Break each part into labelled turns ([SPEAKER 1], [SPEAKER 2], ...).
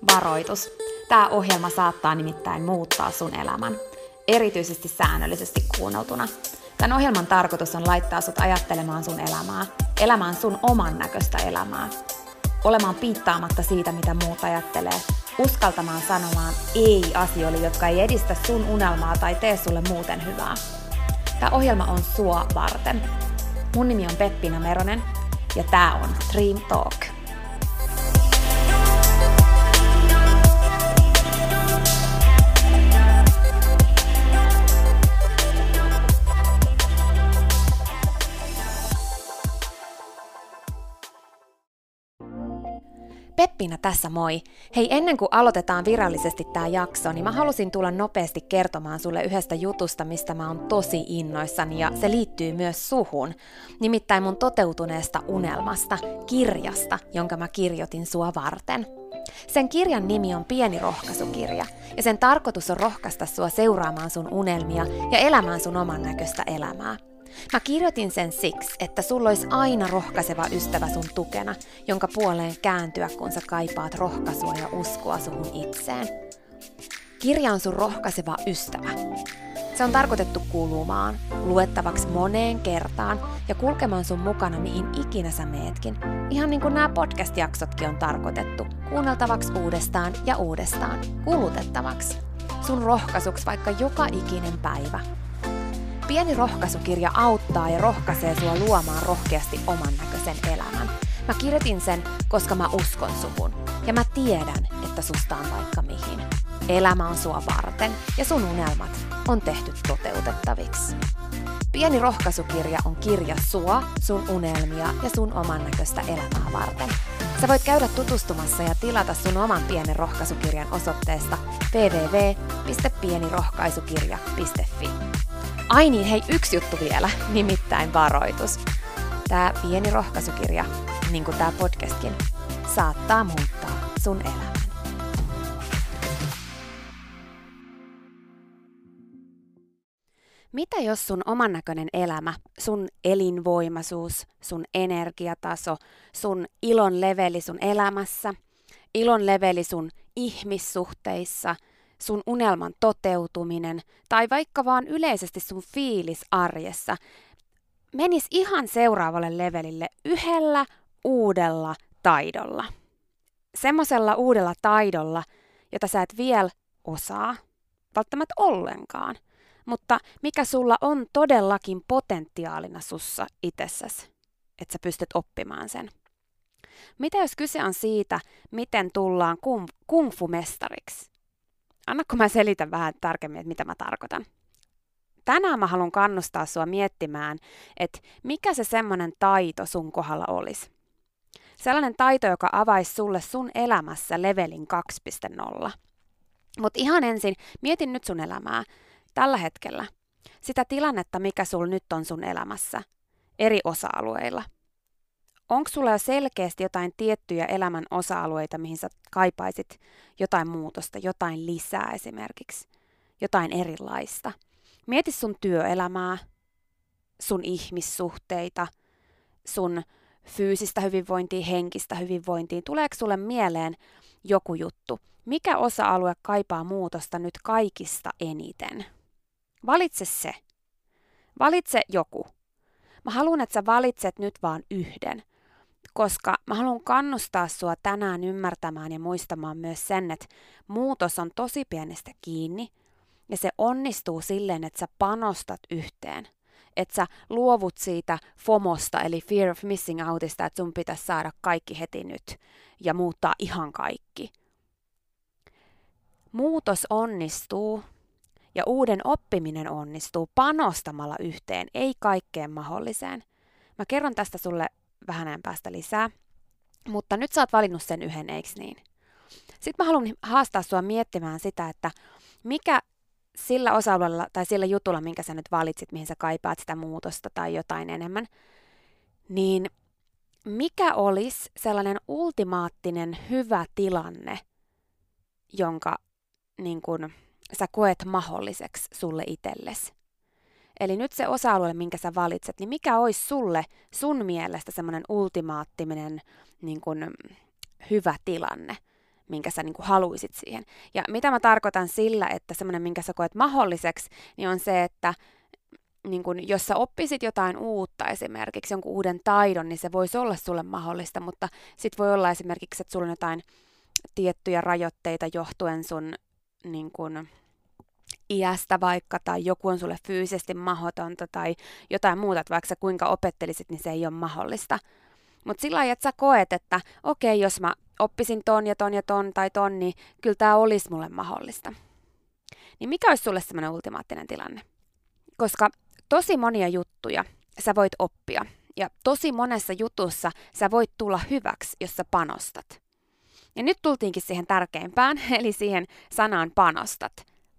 [SPEAKER 1] Varoitus. Tämä ohjelma saattaa nimittäin muuttaa sun elämän, erityisesti säännöllisesti kuunneltuna. Tämän ohjelman tarkoitus on laittaa sut ajattelemaan sun elämää, elämään sun oman näköistä elämää, olemaan piittaamatta siitä, mitä muut ajattelee, uskaltamaan sanomaan ei asioille, jotka ei edistä sun unelmaa tai tee sulle muuten hyvää. Tämä ohjelma on sua varten. Mun nimi on Peppina Meronen ja tää on Dream Talk. Peppina tässä moi! Hei, ennen kuin aloitetaan virallisesti tää jakso, niin mä halusin tulla nopeasti kertomaan sulle yhdestä jutusta, mistä mä oon tosi innoissani ja se liittyy myös suhun. Nimittäin mun toteutuneesta unelmasta, kirjasta, jonka mä kirjoitin sua varten. Sen kirjan nimi on Pieni rohkaisukirja ja sen tarkoitus on rohkaista sua seuraamaan sun unelmia ja elämään sun oman näköistä elämää. Mä kirjoitin sen siksi, että sulla olisi aina rohkaiseva ystävä sun tukena, jonka puoleen kääntyä, kun sä kaipaat rohkaisua ja uskoa suhun itseen. Kirja on sun rohkaiseva ystävä. Se on tarkoitettu kuulumaan, luettavaksi moneen kertaan ja kulkemaan sun mukana mihin ikinä sä meetkin. Ihan niin kuin nämä podcast-jaksotkin on tarkoitettu, kuunneltavaksi uudestaan ja uudestaan, kulutettavaksi. Sun rohkaisuksi vaikka joka ikinen päivä. Pieni rohkaisukirja auttaa ja rohkaisee sua luomaan rohkeasti oman näköisen elämän. Mä kirjoitin sen, koska mä uskon suhun. Ja mä tiedän, että susta on vaikka mihin. Elämä on sua varten ja sun unelmat on tehty toteutettaviksi. Pieni rohkaisukirja on kirja sua, sun unelmia ja sun oman näköistä elämää varten. Sä voit käydä tutustumassa ja tilata sun oman pienen rohkaisukirjan osoitteesta www.pienirohkaisukirja.fi. Ai niin, hei, yksi juttu vielä, nimittäin varoitus. Tää pieni rohkaisukirja, niin kuin tää podcastkin, saattaa muuttaa sun elämän. Mitä jos sun oman näköinen elämä, sun elinvoimaisuus, sun energiataso, sun ilon leveli sun elämässä, ilon leveli sun ihmissuhteissa, sun unelman toteutuminen tai vaikka vaan yleisesti sun fiilis arjessa menis ihan seuraavalle levelille yhdellä uudella taidolla. Semmosella uudella taidolla, jota sä et vielä osaa, välttämättä ollenkaan, mutta mikä sulla on todellakin potentiaalina sussa itsessäsi, että sä pystyt oppimaan sen. Mitä jos kyse on siitä, miten tullaan kung-fu-mestariksi? Anna kun mä selitän vähän tarkemmin, että mitä mä tarkoitan. Tänään mä haluan kannustaa sua miettimään, että mikä se semmoinen taito sun kohdalla olisi. Sellainen taito, joka avaisi sulle sun elämässä levelin 2.0. Mutta ihan ensin mietin nyt sun elämää tällä hetkellä. Sitä tilannetta, mikä sulla nyt on sun elämässä, eri osa-alueilla. Onko sulla jo selkeästi jotain tiettyjä elämän osa-alueita, mihin sä kaipaisit jotain muutosta, jotain lisää esimerkiksi, jotain erilaista? Mieti sun työelämää, sun ihmissuhteita, sun fyysistä hyvinvointia, henkistä hyvinvointia. Tuleeko sulle mieleen joku juttu? Mikä osa-alue kaipaa muutosta nyt kaikista eniten? Valitse se. Valitse joku. Mä haluan, että sä valitset nyt vaan yhden. Koska mä haluan kannustaa sua tänään ymmärtämään ja muistamaan myös sen, että muutos on tosi pienestä kiinni ja se onnistuu silleen, että sä panostat yhteen. Että sä luovut siitä FOMOsta eli Fear of Missing Outista, että sun pitäisi saada kaikki heti nyt ja muuttaa ihan kaikki. Muutos onnistuu ja uuden oppiminen onnistuu panostamalla yhteen, ei kaikkeen mahdolliseen. Mä kerron tästä sulle vähän ajan päästä lisää, mutta nyt sä oot valinnut sen yhden, eiks niin? Sitten mä haluan haastaa sua miettimään sitä, että mikä sillä osa-alueella tai sillä jutulla, minkä sä nyt valitsit, mihin sä kaipaat sitä muutosta tai jotain enemmän, niin mikä olisi sellainen ultimaattinen hyvä tilanne, jonka niin kun, sä koet mahdolliseksi sulle itsellesi? Eli nyt se osa-alue, minkä sä valitset, niin mikä olisi sulle sun mielestä semmoinen ultimaattinen niin kun, hyvä tilanne, minkä sä niin kuin haluisit siihen. Ja mitä mä tarkoitan sillä, että semmoinen, minkä sä koet mahdolliseksi, niin on se, että niin kun, jos sä oppisit jotain uutta, esimerkiksi jonkun uuden taidon, niin se voisi olla sulle mahdollista, mutta sit voi olla esimerkiksi, että sulla on jotain tiettyjä rajoitteita johtuen sun niin kun, iästä vaikka, tai joku on sulle fyysisesti mahdotonta, tai jotain muuta, että vaikka sä kuinka opettelisit, niin se ei ole mahdollista. Mutta sillä lailla, että sä koet, että okei, jos mä oppisin ton ja ton ja ton tai ton, niin kyllä tää olisi mulle mahdollista. Niin mikä olisi sulle semmoinen ultimaattinen tilanne? Koska tosi monia juttuja sä voit oppia, ja tosi monessa jutussa sä voit tulla hyväksi, jos sä panostat. Ja nyt tultiinkin siihen tärkeimpään, eli siihen sanaan panostat.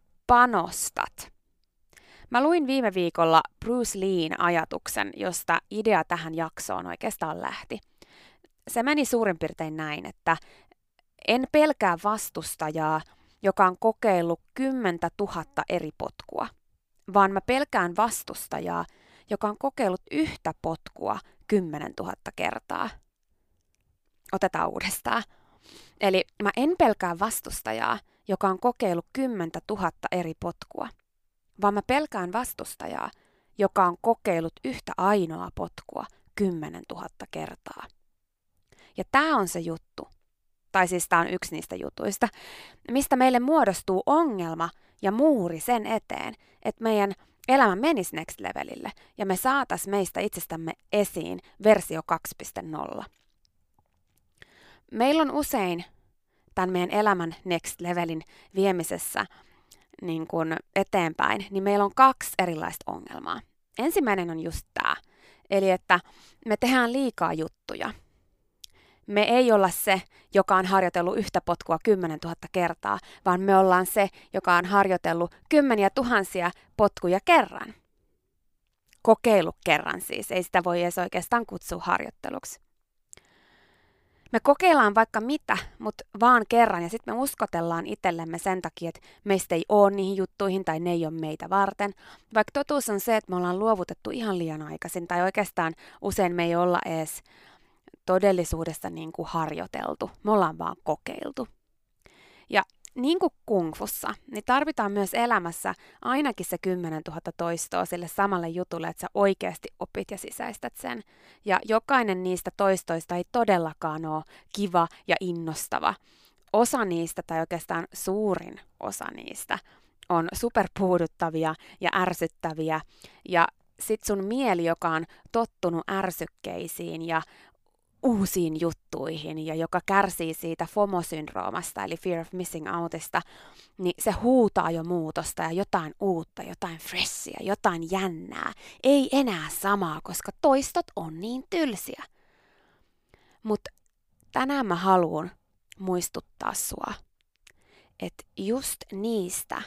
[SPEAKER 1] Panostat. Mä luin viime viikolla Bruce Leen ajatuksen, josta idea tähän jaksoon oikeastaan lähti. Se meni suurin piirtein näin, että en pelkää vastustajaa, joka on kokeillut 10 000 eri potkua, vaan mä pelkään vastustajaa, joka on kokeillut yhtä potkua 10 000 kertaa. Otetaan uudestaan. Eli mä en pelkää vastustajaa, joka on kokeillut 10 000 eri potkua, vaan mä pelkään vastustajaa, joka on kokeillut yhtä ainoaa potkua 10 000 kertaa. Ja tää on se juttu, tai siis tää on yksi niistä jutuista, mistä meille muodostuu ongelma ja muuri sen eteen, että meidän elämä menisi next levelille ja me saatais meistä itsestämme esiin versio 2.0. Meillä on usein tämän meidän elämän next levelin viemisessä niin kuin eteenpäin, niin meillä on 2 erilaista ongelmaa. Ensimmäinen on just tämä, eli että me tehdään liikaa juttuja. Me ei olla se, joka on harjoitellut yhtä potkua 10 000 kertaa, vaan me ollaan se, joka on harjoitellut 10 000 potkuja kerran. Kokeillut kerran siis, ei sitä voi edes oikeastaan kutsua harjoitteluksi. Me kokeillaan vaikka mitä, mutta vaan kerran ja sitten me uskotellaan itsellemme sen takia, että meistä ei ole niihin juttuihin tai ne ei ole meitä varten. Vaikka totuus on se, että me ollaan luovutettu ihan liian aikaisin tai oikeastaan usein me ei olla edes todellisuudessa niin kuin harjoiteltu. Me ollaan vaan kokeiltu. Ja niin kuin kungfussa, niin tarvitaan myös elämässä ainakin se 10 000 toistoa sille samalle jutulle, että sä oikeasti opit ja sisäistät sen. Ja jokainen niistä toistoista ei todellakaan ole kiva ja innostava. Osa niistä, tai oikeastaan suurin osa niistä, on superpuuduttavia ja ärsyttäviä. Ja sit sun mieli, joka on tottunut ärsykkeisiin ja uusiin juttuihin ja joka kärsii siitä FOMO-syndroomasta eli fear of missing outista, niin se huutaa jo muutosta ja jotain uutta, jotain freshia, jotain jännää. Ei enää samaa, koska toistot on niin tylsiä. Mutta tänään mä haluan muistuttaa sua, että just niistä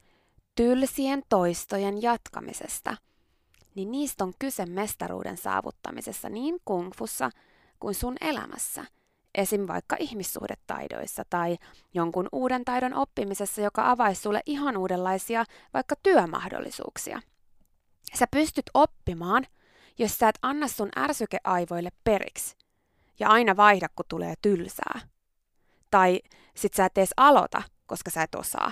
[SPEAKER 1] tylsien toistojen jatkamisesta, niin niistä on kyse mestaruuden saavuttamisessa niin kungfussa kuin sun elämässä. Esim. Vaikka ihmissuhdetaidoissa tai jonkun uuden taidon oppimisessa, joka avaisi sulle ihan uudenlaisia vaikka työmahdollisuuksia. Sä pystyt oppimaan, jos sä et anna sun ärsykeaivoille periksi ja aina vaihda, kun tulee tylsää. Tai sit sä et edes aloita, koska sä et osaa.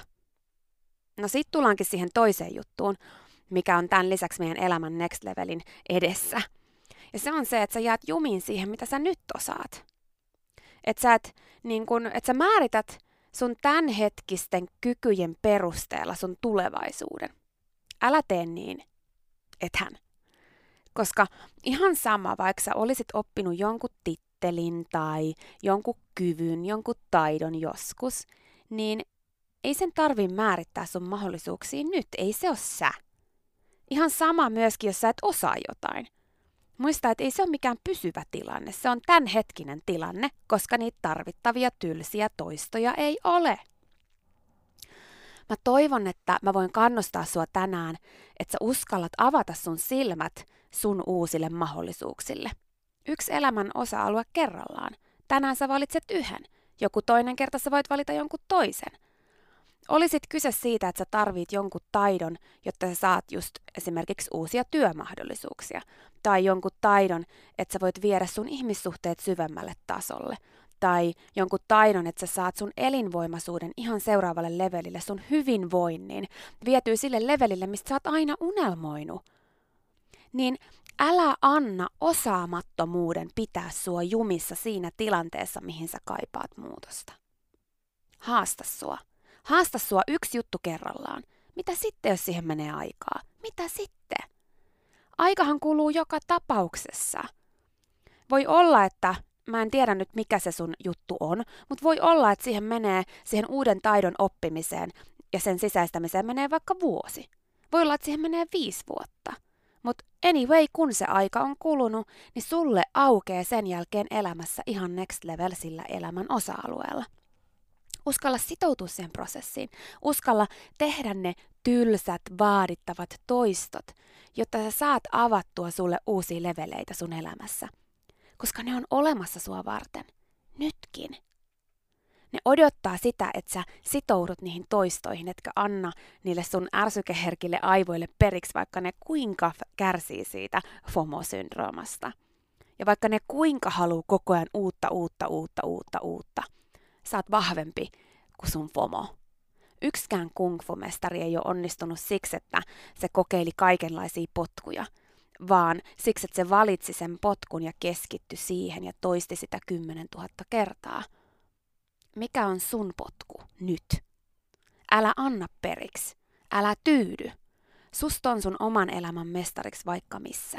[SPEAKER 1] No sit tullaankin siihen toiseen juttuun, mikä on tämän lisäksi meidän elämän next levelin edessä. Ja se on se, että sä jäät jumiin siihen, mitä sä nyt osaat. Että sä määrität sun tämänhetkisten kykyjen perusteella sun tulevaisuuden. Älä tee niin, ethän. Koska ihan sama, vaikka sä olisit oppinut jonkun tittelin tai jonkun kyvyn, jonkun taidon joskus, niin ei sen tarvii määrittää sun mahdollisuuksia nyt, ei se ole sä. Ihan sama myöskin, jos sä et osaa jotain. Muista, että ei se ole mikään pysyvä tilanne, se on tämänhetkinen tilanne, koska niitä tarvittavia tylsiä toistoja ei ole. Mä toivon, että mä voin kannustaa sua tänään, että sä uskallat avata sun silmät sun uusille mahdollisuuksille. Yksi elämän osa-alue kerrallaan. Tänään sä valitset yhden, joku toinen kerta sä voit valita jonkun toisen. Olisit kyse siitä, että sä tarvit jonkun taidon, jotta sä saat just esimerkiksi uusia työmahdollisuuksia. Tai jonkun taidon, että sä voit viedä sun ihmissuhteet syvemmälle tasolle. tai jonkun taidon, että sä saat sun elinvoimaisuuden ihan seuraavalle levelille, sun hyvinvoinnin vietyy sille levelille, mistä sä oot aina unelmoinut, niin älä anna osaamattomuuden pitää sua jumissa siinä tilanteessa, mihin sä kaipaat muutosta. Haasta sua. Haasta sua yksi juttu kerrallaan. Mitä sitten, jos siihen menee aikaa? Mitä sitten? Aikahan kuluu joka tapauksessa. Voi olla, että mä en tiedä nyt mikä se sun juttu on, mutta voi olla, että siihen uuden taidon oppimiseen ja sen sisäistämiseen menee vaikka vuosi. Voi olla, että siihen menee 5 vuotta. Mutta anyway, kun se aika on kulunut, niin sulle aukeaa sen jälkeen elämässä ihan next level sillä elämän osa-alueella. Uskalla sitoutua siihen prosessiin. Uskalla tehdä ne tylsät, vaadittavat toistot, jotta sä saat avattua sulle uusia leveleitä sun elämässä. Koska ne on olemassa sua varten. Nytkin. Ne odottaa sitä, että sä sitoudut niihin toistoihin, etkä anna niille sun ärsykeherkille aivoille periksi, vaikka ne kuinka kärsii siitä FOMO-syndroomasta. Ja vaikka ne kuinka haluu koko ajan uutta. Sä oot vahvempi kuin sun FOMO. Yksikään kung-fu-mestari ei ole onnistunut siksi, että se kokeili kaikenlaisia potkuja, vaan siksi, että se valitsi sen potkun ja keskittyi siihen ja toisti sitä 10 000 kertaa. Mikä on sun potku nyt? Älä anna periksi. Älä tyydy. Susta on sun oman elämän mestariksi vaikka missä.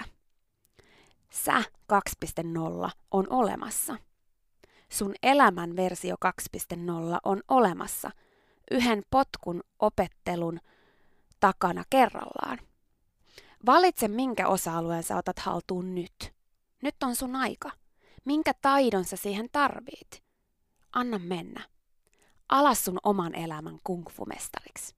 [SPEAKER 1] Sä 2.0 on olemassa. Sun elämän versio 2.0 on olemassa. Yhden potkun opettelun takana kerrallaan. Valitse, minkä osa-alueen sä otat haltuun nyt. Nyt on sun aika. Minkä taidon sä siihen tarvit? Anna mennä. Ala sun oman elämän kung-fu-mestariksi.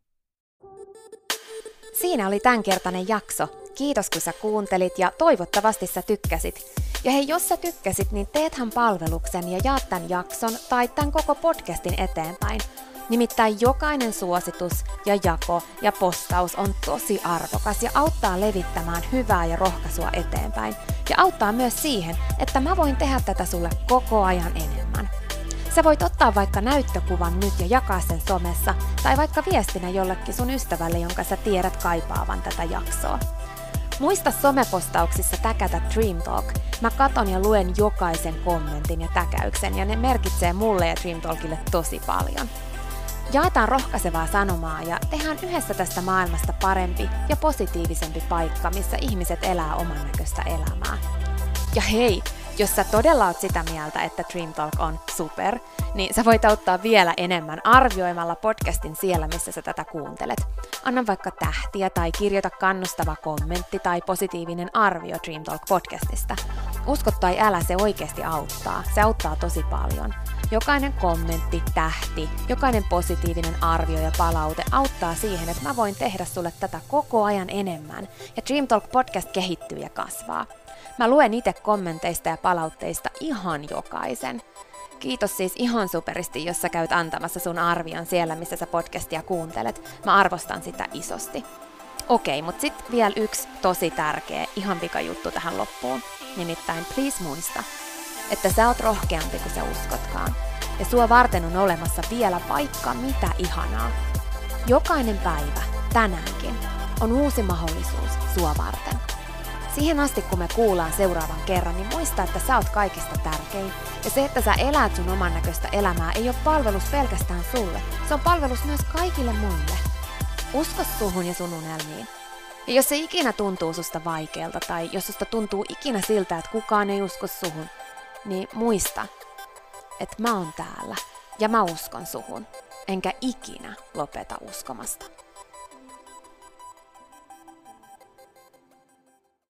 [SPEAKER 1] Siinä oli tämänkertainen jakso. Kiitos kun sä kuuntelit ja toivottavasti sä tykkäsit. Ja hei, jos sä tykkäsit, niin teethän palveluksen ja jaat tämän jakson tai tämän koko podcastin eteenpäin. Nimittäin jokainen suositus ja jako ja postaus on tosi arvokas ja auttaa levittämään hyvää ja rohkaisua eteenpäin. Ja auttaa myös siihen, että mä voin tehdä tätä sulle koko ajan enemmän. Sä voit ottaa vaikka näyttökuvan nyt ja jakaa sen somessa, tai vaikka viestinä jollekin sun ystävälle, jonka sä tiedät kaipaavan tätä jaksoa. Muista somepostauksissa täkätä Dream Talk. Mä katon ja luen jokaisen kommentin ja täkäyksen, ja ne merkitsee mulle ja Dream Talkille tosi paljon. Jaetaan rohkaisevaa sanomaa ja tehdään yhdessä tästä maailmasta parempi ja positiivisempi paikka, missä ihmiset elää oman näköistä elämää. Ja hei, jos sä todella oot sitä mieltä, että Dream Talk on super, niin sä voit auttaa vielä enemmän arvioimalla podcastin siellä, missä sä tätä kuuntelet. Anna vaikka tähtiä tai kirjoita kannustava kommentti tai positiivinen arvio Dream Talk podcastista. Usko tai älä, se oikeasti auttaa. Se auttaa tosi paljon. Jokainen kommentti, tähti, jokainen positiivinen arvio ja palaute auttaa siihen, että mä voin tehdä sulle tätä koko ajan enemmän. Ja Dream Talk podcast kehittyy ja kasvaa. Mä luen itse kommenteista ja palautteista ihan jokaisen. Kiitos siis ihan superisti, jos sä käyt antamassa sun arvion siellä, missä sä podcastia kuuntelet. Mä arvostan sitä isosti. Okei, mut sit vielä yksi tosi tärkeä, ihan pikajuttu tähän loppuun. Nimittäin please muista, että sä oot rohkeampi kuin sä uskotkaan. Ja sua varten on olemassa vielä vaikka mitä ihanaa. Jokainen päivä, tänäänkin, on uusi mahdollisuus sua varten. Siihen asti, kun me kuullaan seuraavan kerran, niin muista, että sä oot kaikista tärkein. Ja se, että sä elät sun oman näköistä elämää, ei ole palvelus pelkästään sulle. Se on palvelus myös kaikille muille. Usko suhun ja sun unelmiin. Ja jos se ikinä tuntuu susta vaikealta, tai jos susta tuntuu ikinä siltä, että kukaan ei usko suhun, niin muista, että mä oon täällä ja mä uskon suhun, enkä ikinä lopeta uskomasta.